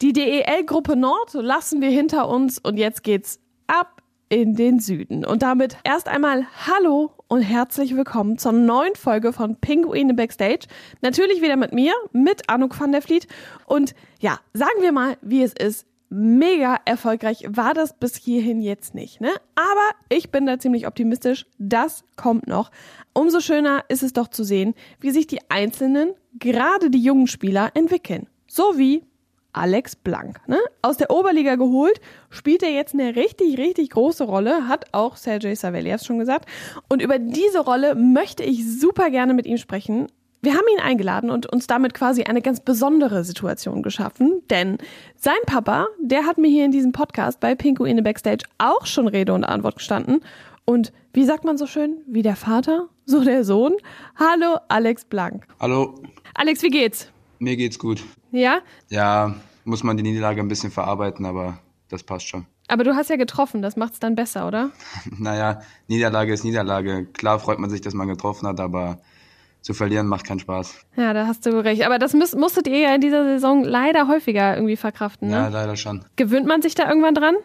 Die DEL-Gruppe Nord lassen wir hinter uns und jetzt geht's ab in den Süden. Und damit erst einmal Hallo und herzlich willkommen zur neuen Folge von Pinguine Backstage. Natürlich wieder mit mir, mit Anouk van der Vliet. Und ja, sagen wir mal, wie es ist. Mega erfolgreich war das bis hierhin jetzt nicht, ne? Aber ich bin da ziemlich optimistisch. Das kommt noch. Umso schöner ist es doch zu sehen, wie sich die Einzelnen, gerade die jungen Spieler, entwickeln. So wie Alex Blank, ne? Aus der Oberliga geholt, spielt er jetzt eine richtig, richtig große Rolle, hat auch Sergej Savelyev schon gesagt. Und über diese Rolle möchte ich super gerne mit ihm sprechen. Wir haben ihn eingeladen und uns damit quasi eine ganz besondere Situation geschaffen, denn sein Papa, der hat mir hier in diesem Podcast bei Pinguine Backstage auch schon Rede und Antwort gestanden. Und wie sagt man so schön, wie der Vater, so der Sohn. Hallo Alex Blank. Hallo. Alex, wie geht's? Mir geht's gut. Ja? Ja, muss man die Niederlage ein bisschen verarbeiten, aber das passt schon. Aber du hast ja getroffen, das macht's dann besser, oder? Naja, Niederlage ist Niederlage. Klar freut man sich, dass man getroffen hat, aber zu verlieren macht keinen Spaß. Ja, da hast du recht. Aber das musstet ihr ja in dieser Saison leider häufiger irgendwie verkraften, ne? Ja, leider schon. Gewöhnt man sich da irgendwann dran?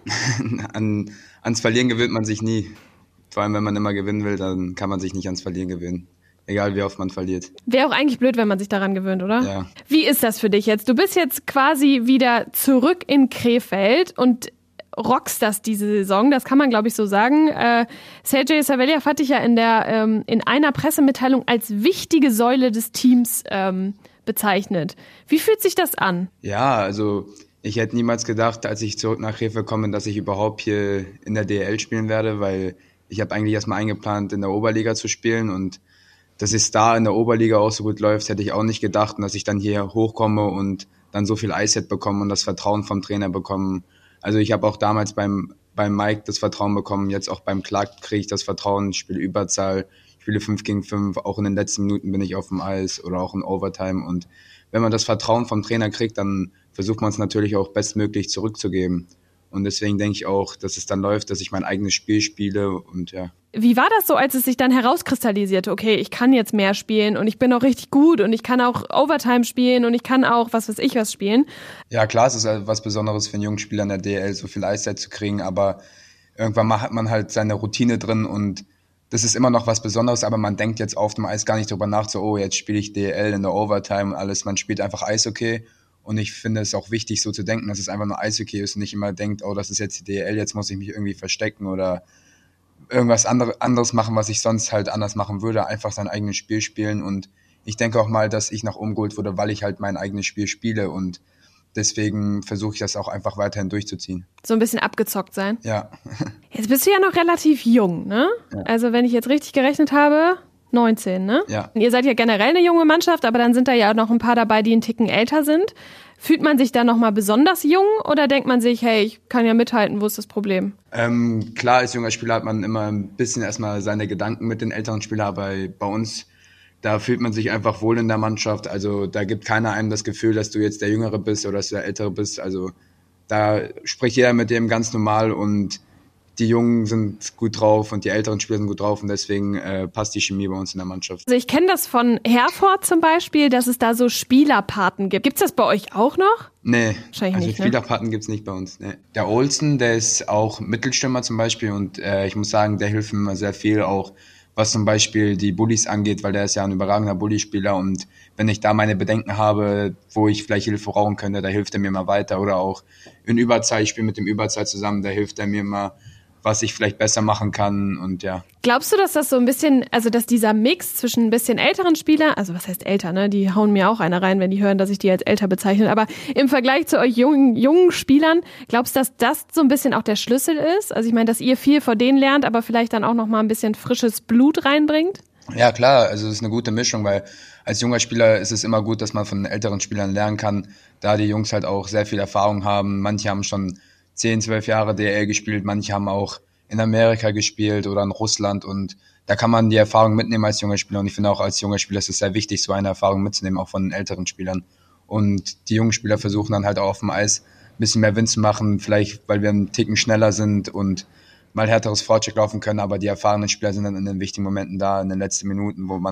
Ans Verlieren gewöhnt man sich nie. Vor allem, wenn man immer gewinnen will, dann kann man sich nicht ans Verlieren gewöhnen. Egal, wie oft man verliert. Wäre auch eigentlich blöd, wenn man sich daran gewöhnt, oder? Ja. Wie ist das für dich jetzt? Du bist jetzt quasi wieder zurück in Krefeld und rockst das diese Saison. Das kann man, glaube ich, so sagen. Sergej Savelyev hat dich ja in einer Pressemitteilung als wichtige Säule des Teams bezeichnet. Wie fühlt sich das an? Ja, also ich hätte niemals gedacht, als ich zurück nach Krefeld komme, dass ich überhaupt hier in der DEL spielen werde, weil ich habe eigentlich erstmal eingeplant, in der Oberliga zu spielen, und dass es da in der Oberliga auch so gut läuft, hätte ich auch nicht gedacht, und dass ich dann hier hochkomme und dann so viel Eiszeit bekomme und das Vertrauen vom Trainer bekomme. Also ich habe auch damals beim Mike das Vertrauen bekommen, jetzt auch beim Clark kriege ich das Vertrauen, ich spiele Überzahl, ich spiele 5 gegen 5, auch in den letzten Minuten bin ich auf dem Eis oder auch in Overtime, und wenn man das Vertrauen vom Trainer kriegt, dann versucht man es natürlich auch bestmöglich zurückzugeben. Und deswegen denke ich auch, dass es dann läuft, dass ich mein eigenes Spiel spiele und ja. Wie war das so, als es sich dann herauskristallisierte? Okay, ich kann jetzt mehr spielen und ich bin auch richtig gut und ich kann auch Overtime spielen und ich kann auch was spielen. Ja, klar, es ist was Besonderes für einen jungen Spieler in der DL, so viel Eiszeit zu kriegen, aber irgendwann mal hat man halt seine Routine drin und das ist immer noch was Besonderes, aber man denkt jetzt auf dem Eis gar nicht drüber nach, so, oh, jetzt spiele ich DL in der Overtime und alles, man spielt einfach Eishockey. Und ich finde es auch wichtig, so zu denken, dass es einfach nur Eishockey ist und nicht immer denkt, oh, das ist jetzt die DEL, jetzt muss ich mich irgendwie verstecken oder irgendwas anderes machen, was ich sonst halt anders machen würde. Einfach sein eigenes Spiel spielen. Und ich denke auch mal, dass ich nach oben geholt wurde, weil ich halt mein eigenes Spiel spiele. Und deswegen versuche ich das auch einfach weiterhin durchzuziehen. So ein bisschen abgezockt sein? Ja. Jetzt bist du ja noch relativ jung, ne? Ja. Also wenn ich jetzt richtig gerechnet habe, 19, ne? Ja. Ihr seid ja generell eine junge Mannschaft, aber dann sind da ja noch ein paar dabei, die einen Ticken älter sind. Fühlt man sich da nochmal besonders jung oder denkt man sich, hey, ich kann ja mithalten, wo ist das Problem? Klar, als junger Spieler hat man immer ein bisschen erstmal seine Gedanken mit den älteren Spielern, aber bei uns, da fühlt man sich einfach wohl in der Mannschaft. Also da gibt keiner einem das Gefühl, dass du jetzt der Jüngere bist oder dass du der Ältere bist. Also da spricht jeder mit dem ganz normal und die Jungen sind gut drauf und die älteren Spieler sind gut drauf und deswegen passt die Chemie bei uns in der Mannschaft. Also ich kenne das von Herford zum Beispiel, dass es da so Spielerpaten gibt. Gibt's das bei euch auch noch? Nee, wahrscheinlich also nicht, Spielerpaten gibt's nicht bei uns. Nee. Der Olsen, der ist auch Mittelstürmer zum Beispiel und ich muss sagen, der hilft mir sehr viel auch, was zum Beispiel die Bullies angeht, weil der ist ja ein überragender Bullyspieler und wenn ich da meine Bedenken habe, wo ich vielleicht Hilfe brauchen könnte, da hilft er mir mal weiter oder auch in Überzahl, ich spiele mit dem Überzahl zusammen, da hilft er mir mal, was ich vielleicht besser machen kann und ja. Glaubst du, dass das so ein bisschen, also dass dieser Mix zwischen ein bisschen älteren Spielern, also was heißt älter, ne? Die hauen mir auch eine rein, wenn die hören, dass ich die als älter bezeichne, aber im Vergleich zu euch jungen Spielern, glaubst du, dass das so ein bisschen auch der Schlüssel ist? Also ich meine, dass ihr viel vor denen lernt, aber vielleicht dann auch noch mal ein bisschen frisches Blut reinbringt? Ja, klar, also es ist eine gute Mischung, weil als junger Spieler ist es immer gut, dass man von älteren Spielern lernen kann, da die Jungs halt auch sehr viel Erfahrung haben. Manche haben schon 10, 12 Jahre DL gespielt, manche haben auch in Amerika gespielt oder in Russland und da kann man die Erfahrung mitnehmen als junger Spieler und ich finde auch als junger Spieler ist es sehr wichtig, so eine Erfahrung mitzunehmen, auch von den älteren Spielern und die jungen Spieler versuchen dann halt auch auf dem Eis ein bisschen mehr Wind zu machen, vielleicht weil wir einen Ticken schneller sind und mal härteres Vorcheck laufen können, aber die erfahrenen Spieler sind dann in den wichtigen Momenten da, in den letzten Minuten, wo man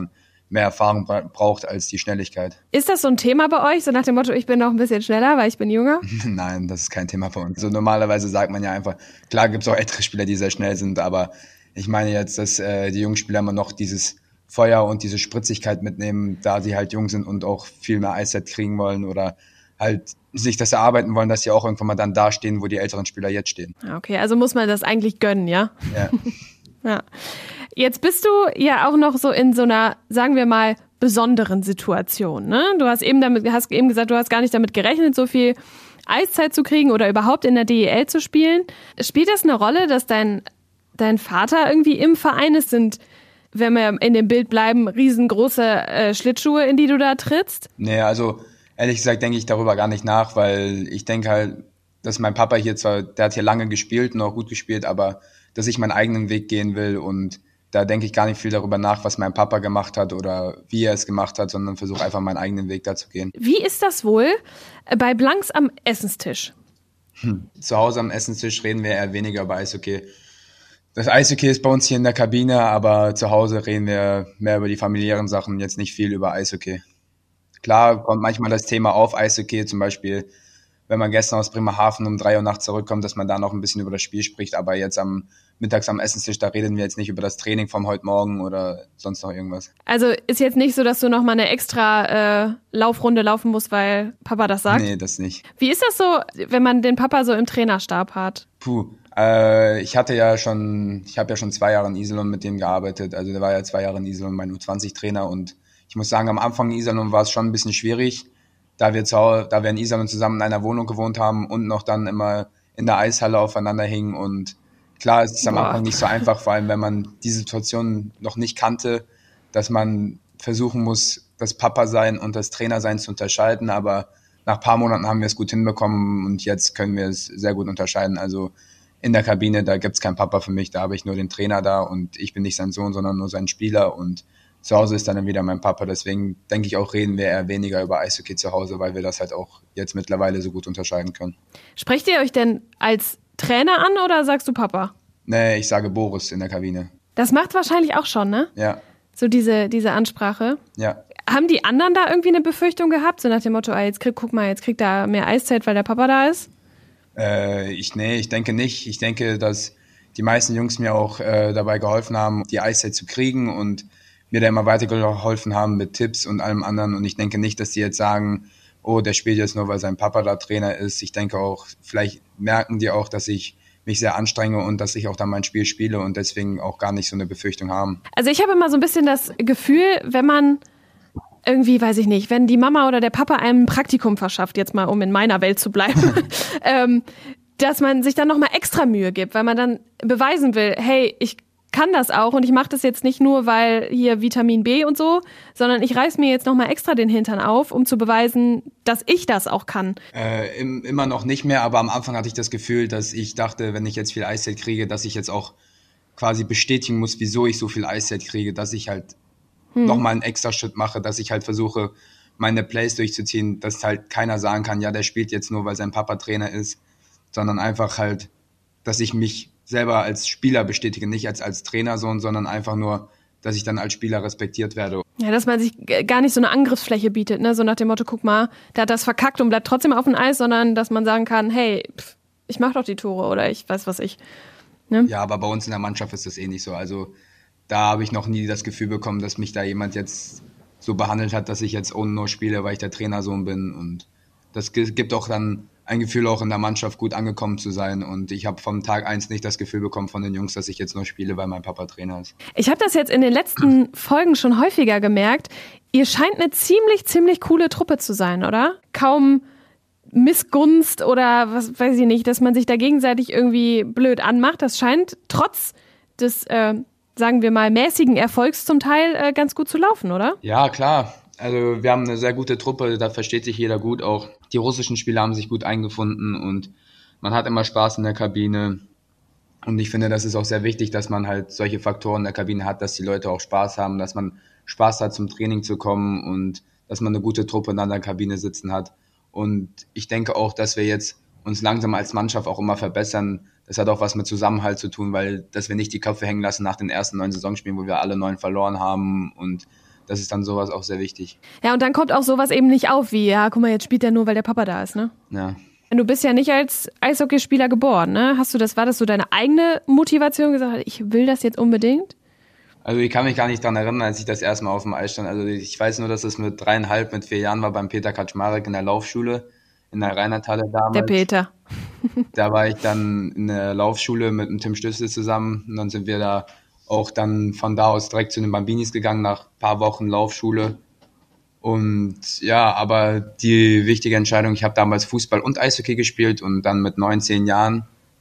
mehr Erfahrung braucht als die Schnelligkeit. Ist das so ein Thema bei euch, so nach dem Motto, ich bin noch ein bisschen schneller, weil ich bin jünger? Nein, das ist kein Thema bei uns. So normalerweise sagt man ja einfach, klar gibt es auch ältere Spieler, die sehr schnell sind, aber ich meine jetzt, dass die jungen Spieler immer noch dieses Feuer und diese Spritzigkeit mitnehmen, da sie halt jung sind und auch viel mehr Eiszeit kriegen wollen oder halt sich das erarbeiten wollen, dass sie auch irgendwann mal dann da stehen, wo die älteren Spieler jetzt stehen. Okay, also muss man das eigentlich gönnen, ja? Ja. Ja. Jetzt bist du ja auch noch so in so einer, sagen wir mal, besonderen Situation, ne? Du hast eben gesagt, du hast gar nicht damit gerechnet, so viel Eiszeit zu kriegen oder überhaupt in der DEL zu spielen. Spielt das eine Rolle, dass dein Vater irgendwie im Verein ist? Sind, wenn wir in dem Bild bleiben, riesengroße Schlittschuhe, in die du da trittst? Nee, also ehrlich gesagt denke ich darüber gar nicht nach, weil ich denke halt, dass mein Papa hier zwar, der hat hier lange gespielt und auch gut gespielt, aber dass ich meinen eigenen Weg gehen will und da denke ich gar nicht viel darüber nach, was mein Papa gemacht hat oder wie er es gemacht hat, sondern versuche einfach meinen eigenen Weg da zu gehen. Wie ist das wohl bei Blanks am Essenstisch? Zu Hause am Essenstisch reden wir eher weniger über Eishockey. Das Eishockey ist bei uns hier in der Kabine, aber zu Hause reden wir mehr über die familiären Sachen, jetzt nicht viel über Eishockey. Klar kommt manchmal das Thema auf Eishockey, zum Beispiel, wenn man gestern aus Bremerhaven um 3 Uhr nachts zurückkommt, dass man da noch ein bisschen über das Spiel spricht, aber jetzt mittags am Essenstisch, da reden wir jetzt nicht über das Training vom heute Morgen oder sonst noch irgendwas. Also ist jetzt nicht so, dass du noch mal eine extra Laufrunde laufen musst, weil Papa das sagt? Nee, das nicht. Wie ist das so, wenn man den Papa so im Trainerstab hat? Ich habe ja schon 2 Jahre in Iserlohn mit dem gearbeitet, also der war ja 2 Jahre in Iserlohn mein U20-Trainer und ich muss sagen, am Anfang in Iserlohn war es schon ein bisschen schwierig, da wir in Iserlohn zusammen in einer Wohnung gewohnt haben und noch dann immer in der Eishalle aufeinander hingen und klar, es ist am Anfang nicht so einfach, vor allem wenn man die Situation noch nicht kannte, dass man versuchen muss, das Papa-Sein und das Trainer-Sein zu unterscheiden, aber nach ein paar Monaten haben wir es gut hinbekommen und jetzt können wir es sehr gut unterscheiden. Also in der Kabine, da gibt's keinen Papa für mich, da habe ich nur den Trainer da und ich bin nicht sein Sohn, sondern nur sein Spieler und zu Hause ist dann wieder mein Papa. Deswegen denke ich auch, reden wir eher weniger über Eishockey zu Hause, weil wir das halt auch jetzt mittlerweile so gut unterscheiden können. Sprecht ihr euch denn als Trainer an oder sagst du Papa? Nee, ich sage Boris in der Kabine. Das macht wahrscheinlich auch schon, ne? Ja. So diese Ansprache. Ja. Haben die anderen da irgendwie eine Befürchtung gehabt? So nach dem Motto, jetzt kriegt er mehr Eiszeit, weil der Papa da ist? Ich denke nicht. Ich denke, dass die meisten Jungs mir auch dabei geholfen haben, die Eiszeit zu kriegen und mir da immer weitergeholfen haben mit Tipps und allem anderen. Und ich denke nicht, dass die jetzt sagen, oh, der spielt jetzt nur, weil sein Papa da Trainer ist. Ich denke auch, vielleicht merken die auch, dass ich mich sehr anstrenge und dass ich auch dann mein Spiel spiele und deswegen auch gar nicht so eine Befürchtung haben. Also ich habe immer so ein bisschen das Gefühl, wenn man irgendwie, weiß ich nicht, wenn die Mama oder der Papa einem ein Praktikum verschafft, jetzt mal um in meiner Welt zu bleiben, dass man sich dann nochmal extra Mühe gibt, weil man dann beweisen will, hey, ich kann das auch und ich mache das jetzt nicht nur, weil hier Vitamin B und so, sondern ich reiß mir jetzt nochmal extra den Hintern auf, um zu beweisen, dass ich das auch kann. Immer noch nicht mehr, aber am Anfang hatte ich das Gefühl, dass ich dachte, wenn ich jetzt viel Eiszeit kriege, dass ich jetzt auch quasi bestätigen muss, wieso ich so viel Eiszeit kriege, dass ich halt nochmal einen extra Schritt mache, dass ich halt versuche, meine Plays durchzuziehen, dass halt keiner sagen kann, ja, der spielt jetzt nur, weil sein Papa Trainer ist, sondern einfach halt, dass ich mich selber als Spieler bestätige, nicht als Trainersohn, sondern einfach nur, dass ich dann als Spieler respektiert werde. Ja, dass man sich gar nicht so eine Angriffsfläche bietet, ne? So nach dem Motto, guck mal, der hat das verkackt und bleibt trotzdem auf dem Eis, sondern dass man sagen kann, hey, ich mach doch die Tore oder ich weiß was ich. Ne? Ja, aber bei uns in der Mannschaft ist das eh nicht so. Also da habe ich noch nie das Gefühl bekommen, dass mich da jemand jetzt so behandelt hat, dass ich jetzt ohne nur spiele, weil ich der Trainersohn bin. Und das gibt auch dann ein Gefühl, auch in der Mannschaft gut angekommen zu sein. Und ich habe vom Tag 1 nicht das Gefühl bekommen von den Jungs, dass ich jetzt nur spiele, weil mein Papa Trainer ist. Ich habe das jetzt in den letzten Folgen schon häufiger gemerkt. Ihr scheint eine ziemlich coole Truppe zu sein, oder? Kaum Missgunst oder was weiß ich nicht, dass man sich da gegenseitig irgendwie blöd anmacht. Das scheint trotz des, sagen wir mal, mäßigen Erfolgs zum Teil ganz gut zu laufen, oder? Ja, klar. Also wir haben eine sehr gute Truppe, da versteht sich jeder gut. Auch die russischen Spieler haben sich gut eingefunden und man hat immer Spaß in der Kabine. Und ich finde, das ist auch sehr wichtig, dass man halt solche Faktoren in der Kabine hat, dass die Leute auch Spaß haben, dass man Spaß hat, zum Training zu kommen und dass man eine gute Truppe in der Kabine sitzen hat. Und ich denke auch, dass wir jetzt uns langsam als Mannschaft auch immer verbessern. Das hat auch was mit Zusammenhalt zu tun, weil dass wir nicht die Köpfe hängen lassen nach den ersten 9 Saisonspielen, wo wir alle 9 verloren haben und das ist dann sowas auch sehr wichtig. Ja, und dann kommt auch sowas eben nicht auf wie, ja, guck mal, jetzt spielt er nur, weil der Papa da ist, ne? Ja. Du bist ja nicht als Eishockeyspieler geboren, ne? War das so deine eigene Motivation, gesagt, ich will das jetzt unbedingt? Also ich kann mich gar nicht dran erinnern, als ich das erste Mal auf dem Eis stand. Also ich weiß nur, dass es mit 3,5, mit 4 Jahren war beim Peter Kaczmarek in der Laufschule, in der Rheinlandhalle damals. Der Peter. Da war ich dann in der Laufschule mit dem Tim Stüssel zusammen und dann sind wir da auch dann von da aus direkt zu den Bambinis gegangen, nach ein paar Wochen Laufschule. Und ja, aber die wichtige Entscheidung, ich habe damals Fußball und Eishockey gespielt und dann mit 9 Jahren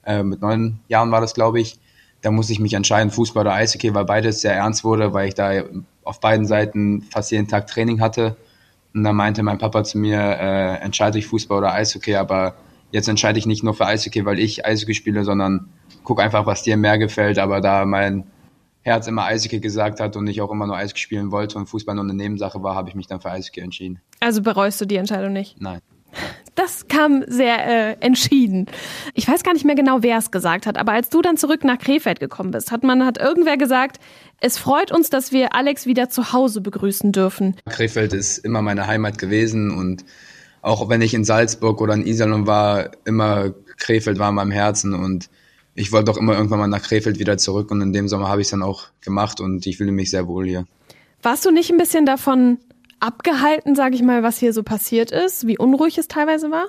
war das, glaube ich, da musste ich mich entscheiden, Fußball oder Eishockey, weil beides sehr ernst wurde, weil ich da auf beiden Seiten fast jeden Tag Training hatte. Und dann meinte mein Papa zu mir, entscheide ich Fußball oder Eishockey, aber jetzt entscheide ich nicht nur für Eishockey, weil ich Eishockey spiele, sondern guck einfach, was dir mehr gefällt. Aber da mein Herz immer Eishockey gesagt hat und ich auch immer nur Eishockey spielen wollte und Fußball nur eine Nebensache war, habe ich mich dann für Eishockey entschieden. Also bereust du die Entscheidung nicht? Nein. Das kam sehr entschieden. Ich weiß gar nicht mehr genau, wer es gesagt hat, aber als du dann zurück nach Krefeld gekommen bist, hat irgendwer gesagt, es freut uns, dass wir Alex wieder zu Hause begrüßen dürfen. Krefeld ist immer meine Heimat gewesen und auch wenn ich in Salzburg oder in Iserlohn war, immer Krefeld war in meinem Herzen und ich wollte auch immer irgendwann mal nach Krefeld wieder zurück und in dem Sommer habe ich es dann auch gemacht und ich fühle mich sehr wohl hier. Warst du nicht ein bisschen davon abgehalten, sage ich mal, was hier so passiert ist, wie unruhig es teilweise war?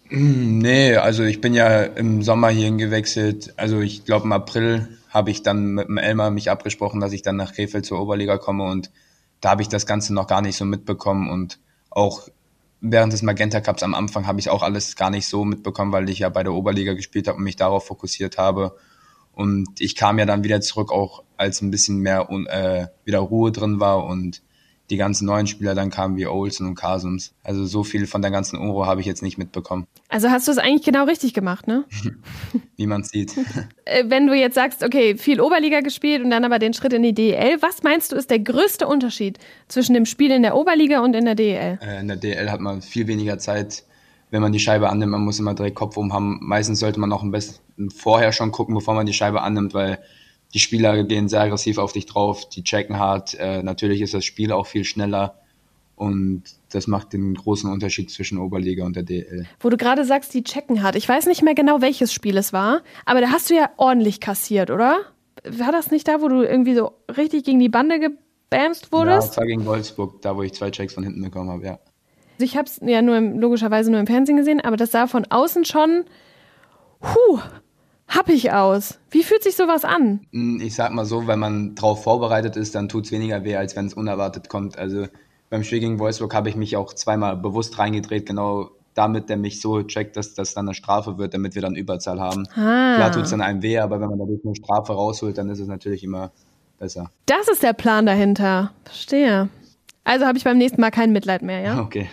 Nee, also ich bin ja im Sommer hierhin gewechselt. Also ich glaube im April habe ich dann mit dem Elmar mich abgesprochen, dass ich dann nach Krefeld zur Oberliga komme und da habe ich das Ganze noch gar nicht so mitbekommen und auch während des Magenta Cups am Anfang habe ich auch alles gar nicht so mitbekommen, weil ich ja bei der Oberliga gespielt habe und mich darauf fokussiert habe. Und ich kam ja dann wieder zurück, auch als ein bisschen mehr wieder Ruhe drin war und die ganzen neuen Spieler dann kamen wie Olsen und Kasums. Also so viel von der ganzen Unruhe habe ich jetzt nicht mitbekommen. Also hast du es eigentlich genau richtig gemacht, ne? Wie man sieht. Wenn du jetzt sagst, okay, viel Oberliga gespielt und dann aber den Schritt in die DEL, was meinst du ist der größte Unterschied zwischen dem Spiel in der Oberliga und in der DEL? In der DEL hat man viel weniger Zeit, wenn man die Scheibe annimmt. Man muss immer direkt Kopf oben haben. Meistens sollte man auch am besten vorher schon gucken, bevor man die Scheibe annimmt, weil die Spieler gehen sehr aggressiv auf dich drauf, die checken hart. Natürlich ist das Spiel auch viel schneller und das macht den großen Unterschied zwischen Oberliga und der DEL. Wo du gerade sagst, die checken hart. Ich weiß nicht mehr genau, welches Spiel es war, aber da hast du ja ordentlich kassiert, oder? War das nicht da, wo du irgendwie so richtig gegen die Bande gebamst wurdest? Ja, das war gegen Wolfsburg, da wo ich 2 Checks von hinten bekommen habe, ja. Ich habe es ja logischerweise nur im Fernsehen gesehen, aber das sah von außen schon happig aus. Wie fühlt sich sowas an? Ich sag mal so, wenn man drauf vorbereitet ist, dann tut's weniger weh, als wenn es unerwartet kommt. Also beim Spiel gegen Wolfsburg habe ich mich auch zweimal bewusst reingedreht, genau damit, der mich so checkt, dass das dann eine Strafe wird, damit wir dann Überzahl haben. Klar tut's dann einem weh, aber wenn man dadurch eine Strafe rausholt, dann ist es natürlich immer besser. Das ist der Plan dahinter. Verstehe. Also habe ich beim nächsten Mal kein Mitleid mehr, ja? Okay.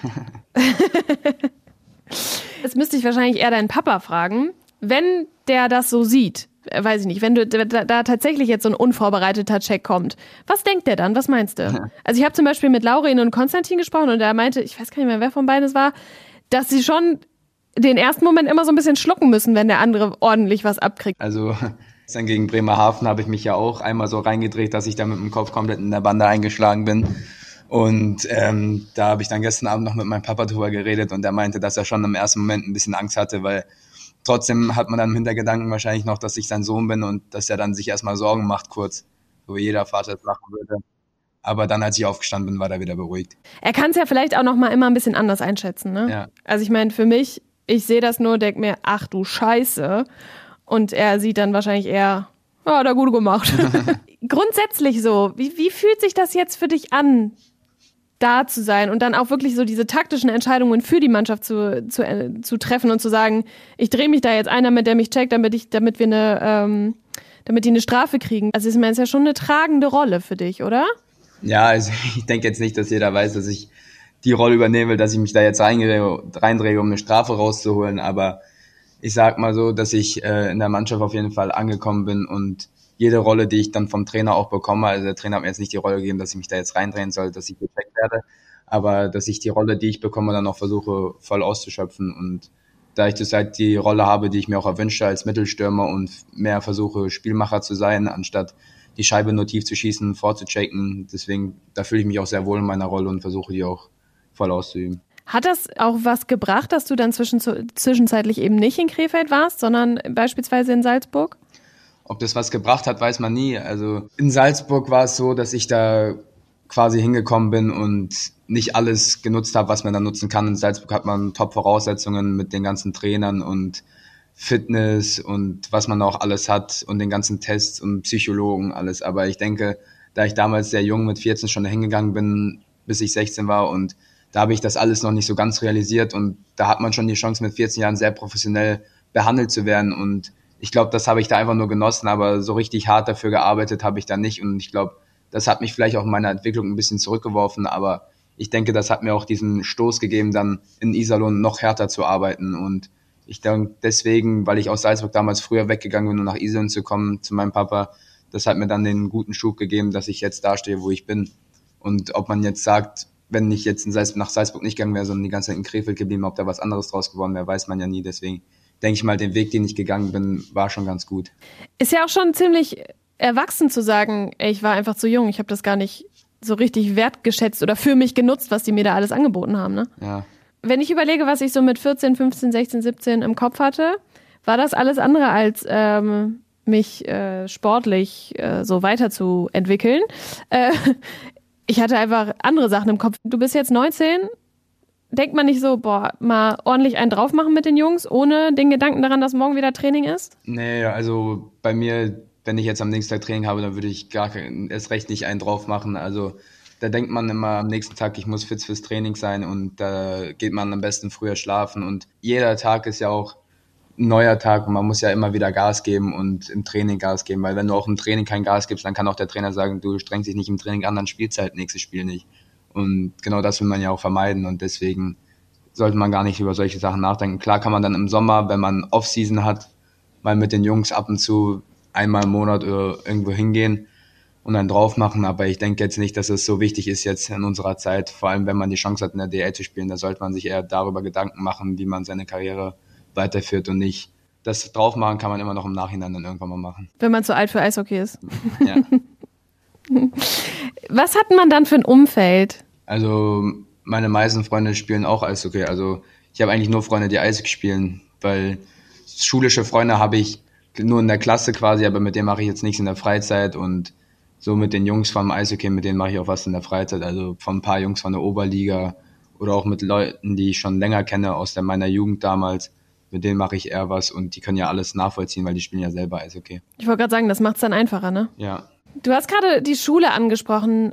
Jetzt müsste ich wahrscheinlich eher deinen Papa fragen. Wenn der das so sieht, weiß ich nicht, wenn da tatsächlich jetzt so ein unvorbereiteter Check kommt, was denkt der dann? Was meinst du? Also ich habe zum Beispiel mit Laurin und Konstantin gesprochen und er meinte, ich weiß gar nicht mehr, wer von beiden es war, dass sie schon den ersten Moment immer so ein bisschen schlucken müssen, wenn der andere ordentlich was abkriegt. Also dann gegen Bremerhaven habe ich mich ja auch einmal so reingedreht, dass ich da mit dem Kopf komplett in der Bande eingeschlagen bin. Und da habe ich dann gestern Abend noch mit meinem Papa drüber geredet und er meinte, dass er schon im ersten Moment ein bisschen Angst hatte, weil trotzdem hat man dann im Hintergedanken wahrscheinlich noch, dass ich sein Sohn bin und dass er dann sich erstmal Sorgen macht kurz, so wie jeder Vater es machen würde. Aber dann, als ich aufgestanden bin, war er wieder beruhigt. Er kann es ja vielleicht auch noch mal immer ein bisschen anders einschätzen, ne? Ja. Also ich meine, für mich, ich sehe das nur, denke mir, ach du Scheiße. Und er sieht dann wahrscheinlich eher, ja, da gut gemacht. Grundsätzlich so, wie fühlt sich das jetzt für dich an, da zu sein und dann auch wirklich so diese taktischen Entscheidungen für die Mannschaft zu treffen und zu sagen, ich drehe mich da jetzt ein, damit der mich checkt, damit die eine Strafe kriegen. Also ich meine, es ist ja schon eine tragende Rolle für dich, oder? Ja, also ich denke jetzt nicht, dass jeder weiß, dass ich die Rolle übernehmen will, dass ich mich da jetzt reindrehe, um eine Strafe rauszuholen, aber ich sag mal so, dass ich in der Mannschaft auf jeden Fall angekommen bin und jede Rolle, die ich dann vom Trainer auch bekomme, also der Trainer hat mir jetzt nicht die Rolle gegeben, dass ich mich da jetzt reindrehen soll, dass ich gecheckt werde, aber dass ich die Rolle, die ich bekomme, dann auch versuche voll auszuschöpfen und da ich zurzeit die Rolle habe, die ich mir auch erwünsche als Mittelstürmer und mehr versuche Spielmacher zu sein, anstatt die Scheibe nur tief zu schießen, vorzuchecken. Deswegen, da fühle ich mich auch sehr wohl in meiner Rolle und versuche die auch voll auszuüben. Hat das auch was gebracht, dass du dann zwischenzeitlich eben nicht in Krefeld warst, sondern beispielsweise in Salzburg? Ob das was gebracht hat, weiß man nie. Also in Salzburg war es so, dass ich da quasi hingekommen bin und nicht alles genutzt habe, was man da nutzen kann. In Salzburg hat man Top-Voraussetzungen mit den ganzen Trainern und Fitness und was man auch alles hat und den ganzen Tests und Psychologen, alles. Aber ich denke, da ich damals sehr jung mit 14 schon hingegangen bin, bis ich 16 war, und da habe ich das alles noch nicht so ganz realisiert, und da hat man schon die Chance, mit 14 Jahren sehr professionell behandelt zu werden, und ich glaube, das habe ich da einfach nur genossen, aber so richtig hart dafür gearbeitet habe ich da nicht, und ich glaube, das hat mich vielleicht auch in meiner Entwicklung ein bisschen zurückgeworfen, aber ich denke, das hat mir auch diesen Stoß gegeben, dann in Iserlohn noch härter zu arbeiten, und ich denke deswegen, weil ich aus Salzburg damals früher weggegangen bin, um nach Iserlohn zu kommen, zu meinem Papa, das hat mir dann den guten Schub gegeben, dass ich jetzt dastehe, wo ich bin. Und ob man jetzt sagt, wenn ich jetzt nach Salzburg nicht gegangen wäre, sondern die ganze Zeit in Krefeld geblieben, ob da was anderes draus geworden wäre, weiß man ja nie. Deswegen denke ich mal, den Weg, den ich gegangen bin, war schon ganz gut. Ist ja auch schon ziemlich erwachsen zu sagen, ey, ich war einfach zu jung, ich habe das gar nicht so richtig wertgeschätzt oder für mich genutzt, was die mir da alles angeboten haben. Ne? Ja. Wenn ich überlege, was ich so mit 14, 15, 16, 17 im Kopf hatte, war das alles andere als mich sportlich so weiterzuentwickeln. Ich hatte einfach andere Sachen im Kopf. Du bist jetzt 19, denkt man nicht so, mal ordentlich einen drauf machen mit den Jungs, ohne den Gedanken daran, dass morgen wieder Training ist? Nee, also bei mir, wenn ich jetzt am nächsten Tag Training habe, dann würde ich erst recht nicht einen drauf machen. Also da denkt man immer am nächsten Tag, ich muss fit fürs Training sein, und da geht man am besten früher schlafen, und jeder Tag ist ja auch ein neuer Tag, und man muss ja immer wieder Gas geben und im Training Gas geben, weil wenn du auch im Training kein Gas gibst, dann kann auch der Trainer sagen, du strengst dich nicht im Training an, dann spielst du halt nächstes Spiel nicht. Und genau das will man ja auch vermeiden, und deswegen sollte man gar nicht über solche Sachen nachdenken. Klar kann man dann im Sommer, wenn man Off-Season hat, mal mit den Jungs ab und zu einmal im Monat oder irgendwo hingehen und dann drauf machen, aber ich denke jetzt nicht, dass es so wichtig ist jetzt in unserer Zeit, vor allem wenn man die Chance hat, in der DL zu spielen, da sollte man sich eher darüber Gedanken machen, wie man seine Karriere weiterführt, und nicht das drauf machen kann man immer noch im Nachhinein dann irgendwann mal machen. Wenn man zu alt für Eishockey ist. Ja. Was hat man dann für ein Umfeld? Also meine meisten Freunde spielen auch Eishockey. Also ich habe eigentlich nur Freunde, die Eishockey spielen, weil schulische Freunde habe ich nur in der Klasse quasi, aber mit denen mache ich jetzt nichts in der Freizeit, und so mit den Jungs vom Eishockey, mit denen mache ich auch was in der Freizeit. Also von ein paar Jungs von der Oberliga oder auch mit Leuten, die ich schon länger kenne aus meiner Jugend damals. Mit denen mache ich eher was, und die können ja alles nachvollziehen, weil die spielen ja selber Eishockey. Ich wollte gerade sagen, das macht es dann einfacher, ne? Ja. Du hast gerade die Schule angesprochen.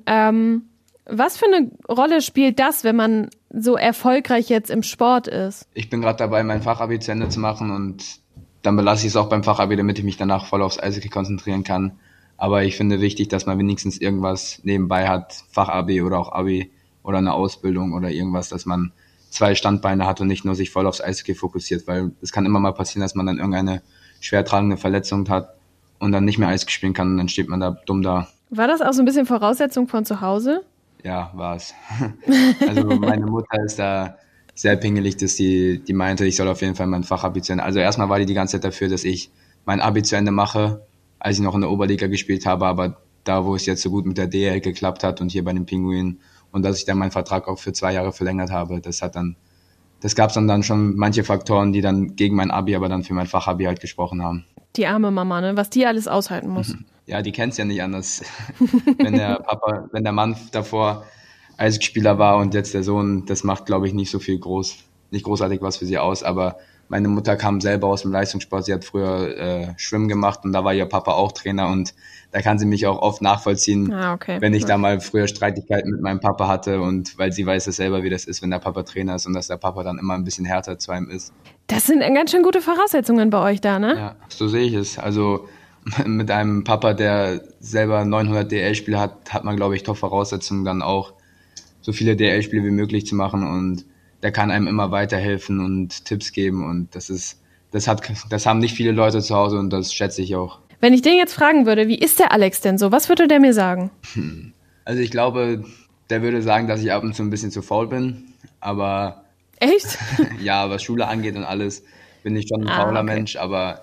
Was für eine Rolle spielt das, wenn man so erfolgreich jetzt im Sport ist? Ich bin gerade dabei, mein Fachabi zu Ende zu machen, und dann belasse ich es auch beim Fachabi, damit ich mich danach voll aufs Eishockey konzentrieren kann. Aber ich finde wichtig, dass man wenigstens irgendwas nebenbei hat, Fachabi oder auch Abi oder eine Ausbildung oder irgendwas, dass man 2 Standbeine hat und nicht nur sich voll aufs Eishockey fokussiert, weil es kann immer mal passieren, dass man dann irgendeine schwertragende Verletzung hat und dann nicht mehr Eishockey spielen kann, und dann steht man da dumm da. War das auch so ein bisschen Voraussetzung von zu Hause? Ja, war es. Also meine Mutter ist da sehr pingelig, dass die meinte, ich soll auf jeden Fall mein Fachabi zu Ende. Also erstmal war die ganze Zeit dafür, dass ich mein Abi zu Ende mache, als ich noch in der Oberliga gespielt habe, aber da, wo es jetzt so gut mit der DL geklappt hat und hier bei den Pinguinen, und dass ich dann meinen Vertrag auch für 2 Jahre verlängert habe, das gab es dann schon manche Faktoren, die dann gegen mein Abi, aber dann für mein Fachabi halt gesprochen haben. Die arme Mama, ne? Was die alles aushalten muss. Ja, die kennt's ja nicht anders. Wenn der Mann davor Eishockeyspieler war und jetzt der Sohn, das macht, glaube ich, nicht großartig was für sie aus, aber meine Mutter kam selber aus dem Leistungssport, sie hat früher Schwimmen gemacht, und da war ihr Papa auch Trainer, und da kann sie mich auch oft nachvollziehen, wenn ich da mal früher Streitigkeiten mit meinem Papa hatte, und weil sie weiß es selber, wie das ist, wenn der Papa Trainer ist und dass der Papa dann immer ein bisschen härter zu einem ist. Das sind ganz schön gute Voraussetzungen bei euch da, ne? Ja, so sehe ich es. Also mit einem Papa, der selber 900 DL-Spiele hat, hat man, glaube ich, Top-Voraussetzungen, dann auch so viele DL-Spiele wie möglich zu machen, und der kann einem immer weiterhelfen und Tipps geben, und das haben nicht viele Leute zu Hause, und das schätze ich auch. Wenn ich den jetzt fragen würde, wie ist der Alex denn so? Was würde der mir sagen? Also ich glaube, der würde sagen, dass ich ab und zu ein bisschen zu faul bin, aber... Echt? Ja, was Schule angeht und alles, bin ich schon ein fauler Mensch, aber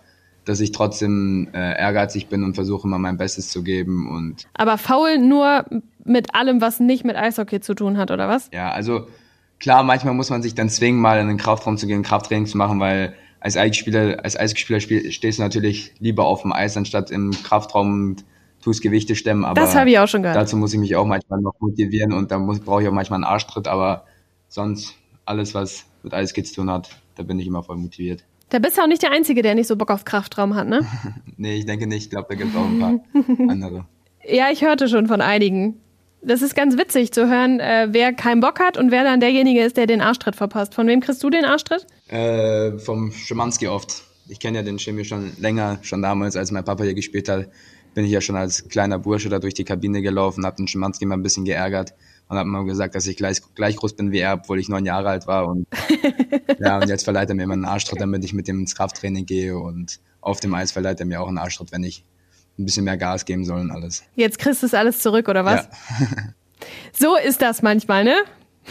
dass ich trotzdem ehrgeizig bin und versuche immer mein Bestes zu geben. Aber faul nur mit allem, was nicht mit Eishockey zu tun hat, oder was? Ja, also klar, manchmal muss man sich dann zwingen, mal in den Kraftraum zu gehen, Krafttraining zu machen, weil als Eishockeyspieler stehst du natürlich lieber auf dem Eis, anstatt im Kraftraum und tust Gewichte stemmen. Aber das habe ich auch schon gehört. Dazu muss ich mich auch manchmal noch motivieren und da brauche ich auch manchmal einen Arschtritt, aber sonst alles, was mit Eishockey zu tun hat, da bin ich immer voll motiviert. Da bist du auch nicht der Einzige, der nicht so Bock auf Kraftraum hat, ne? Nee, ich denke nicht. Ich glaube, da gibt es auch ein paar andere. Ja, ich hörte schon von einigen. Das ist ganz witzig zu hören, wer keinen Bock hat und wer dann derjenige ist, der den Arschtritt verpasst. Von wem kriegst du den Arschtritt? Vom Schimanski oft. Ich kenne ja den Schimi schon länger, schon damals, als mein Papa hier gespielt hat, bin ich ja schon als kleiner Bursche da durch die Kabine gelaufen, habe den Schimanski mal ein bisschen geärgert und habe mal gesagt, dass ich gleich groß bin wie er, obwohl ich 9 Jahre alt war. Und ja, und jetzt verleiht er mir immer einen Arschtritt, damit ich mit dem ins Krafttraining gehe, und auf dem Eis verleiht er mir auch einen Arschtritt, wenn ich ein bisschen mehr Gas geben soll und alles. Jetzt kriegst du es alles zurück, oder was? Ja. So ist das manchmal, ne?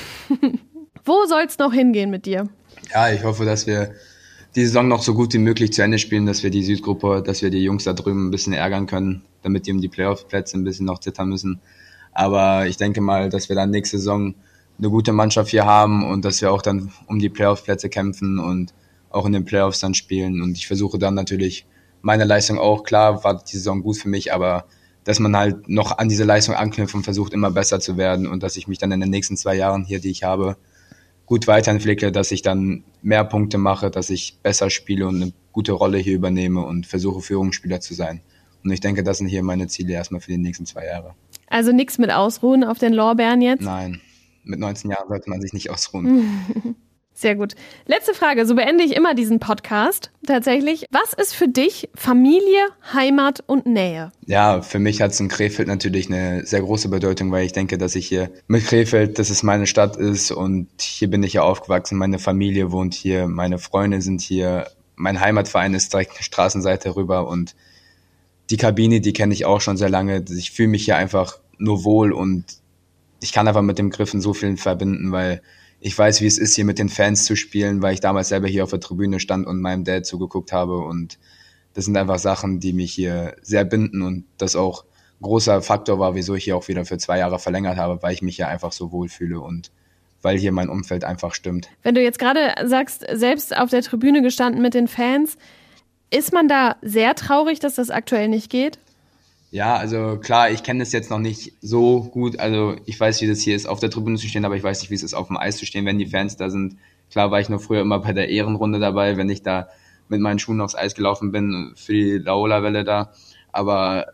Wo soll's noch hingehen mit dir? Ja, ich hoffe, dass wir die Saison noch so gut wie möglich zu Ende spielen, dass wir die Südgruppe, dass wir die Jungs da drüben ein bisschen ärgern können, damit die um die Playoff-Plätze ein bisschen noch zittern müssen. Aber ich denke mal, dass wir dann nächste Saison eine gute Mannschaft hier haben und dass wir auch dann um die Playoff-Plätze kämpfen und auch in den Playoffs dann spielen. Und ich versuche dann natürlich meine Leistung auch, klar war die Saison gut für mich, aber dass man halt noch an diese Leistung anknüpft und versucht, immer besser zu werden und dass ich mich dann in den nächsten 2 Jahren hier, die ich habe, gut weiterentwickle, dass ich dann mehr Punkte mache, dass ich besser spiele und eine gute Rolle hier übernehme und versuche, Führungsspieler zu sein. Und ich denke, das sind hier meine Ziele erstmal für die nächsten 2 Jahre. Also nichts mit Ausruhen auf den Lorbeeren jetzt? Nein, mit 19 Jahren sollte man sich nicht ausruhen. Sehr gut. Letzte Frage, so beende ich immer diesen Podcast tatsächlich. Was ist für dich Familie, Heimat und Nähe? Ja, für mich hat es in Krefeld natürlich eine sehr große Bedeutung, weil ich denke, dass ich hier mit Krefeld, dass es meine Stadt ist und hier bin ich ja aufgewachsen, meine Familie wohnt hier, meine Freunde sind hier, mein Heimatverein ist direkt eine Straßenseite rüber und die Kabine, die kenne ich auch schon sehr lange. Ich fühle mich hier einfach nur wohl und ich kann einfach mit dem Griffen so viel verbinden, weil ich weiß, wie es ist, hier mit den Fans zu spielen, weil ich damals selber hier auf der Tribüne stand und meinem Dad zugeguckt habe. Und das sind einfach Sachen, die mich hier sehr binden und das auch ein großer Faktor war, wieso ich hier auch wieder für 2 Jahre verlängert habe, weil ich mich hier einfach so wohlfühle und weil hier mein Umfeld einfach stimmt. Wenn du jetzt gerade sagst, selbst auf der Tribüne gestanden mit den Fans, ist man da sehr traurig, dass das aktuell nicht geht? Ja, also klar, ich kenne das jetzt noch nicht so gut. Also ich weiß, wie das hier ist, auf der Tribüne zu stehen, aber ich weiß nicht, wie es ist, auf dem Eis zu stehen, wenn die Fans da sind. Klar war ich nur früher immer bei der Ehrenrunde dabei, wenn ich da mit meinen Schuhen aufs Eis gelaufen bin für die Laola-Welle da. Aber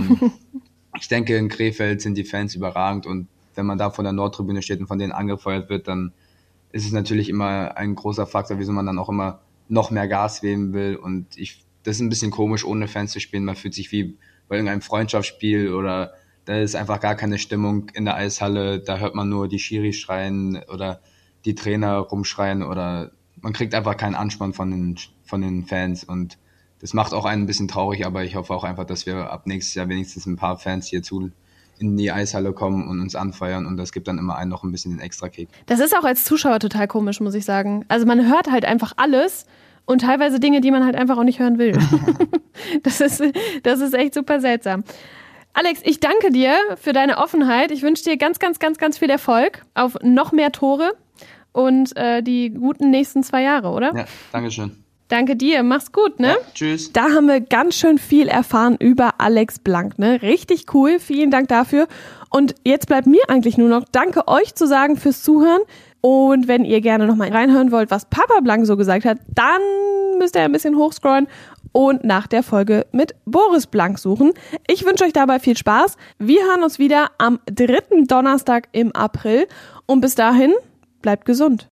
ich denke, in Krefeld sind die Fans überragend und wenn man da vor der Nordtribüne steht und von denen angefeuert wird, dann ist es natürlich immer ein großer Faktor, wieso man dann auch immer noch mehr Gas geben will. Und das ist ein bisschen komisch, ohne Fans zu spielen. Man fühlt sich wie bei irgendeinem Freundschaftsspiel oder da ist einfach gar keine Stimmung in der Eishalle. Da hört man nur die Schiris schreien oder die Trainer rumschreien oder man kriegt einfach keinen Anspann von den Fans und das macht auch einen ein bisschen traurig, aber ich hoffe auch einfach, dass wir ab nächstes Jahr wenigstens ein paar Fans hier in die Eishalle kommen und uns anfeuern und das gibt dann immer einen noch ein bisschen den Extra-Kick. Das ist auch als Zuschauer total komisch, muss ich sagen. Also man hört halt einfach alles und teilweise Dinge, die man halt einfach auch nicht hören will. Das ist echt super seltsam. Alex, ich danke dir für deine Offenheit. Ich wünsche dir ganz, ganz, ganz, ganz viel Erfolg auf noch mehr Tore und die guten nächsten 2 Jahre, oder? Ja, danke schön. Danke dir, mach's gut, ne? Ja, tschüss. Da haben wir ganz schön viel erfahren über Alex Blank, ne? Richtig cool, vielen Dank dafür. Und jetzt bleibt mir eigentlich nur noch Danke euch zu sagen fürs Zuhören. Und wenn ihr gerne noch mal reinhören wollt, was Papa Blank so gesagt hat, dann müsst ihr ein bisschen hochscrollen und nach der Folge mit Boris Blank suchen. Ich wünsche euch dabei viel Spaß. Wir hören uns wieder am 3. Donnerstag im April. Und bis dahin, bleibt gesund.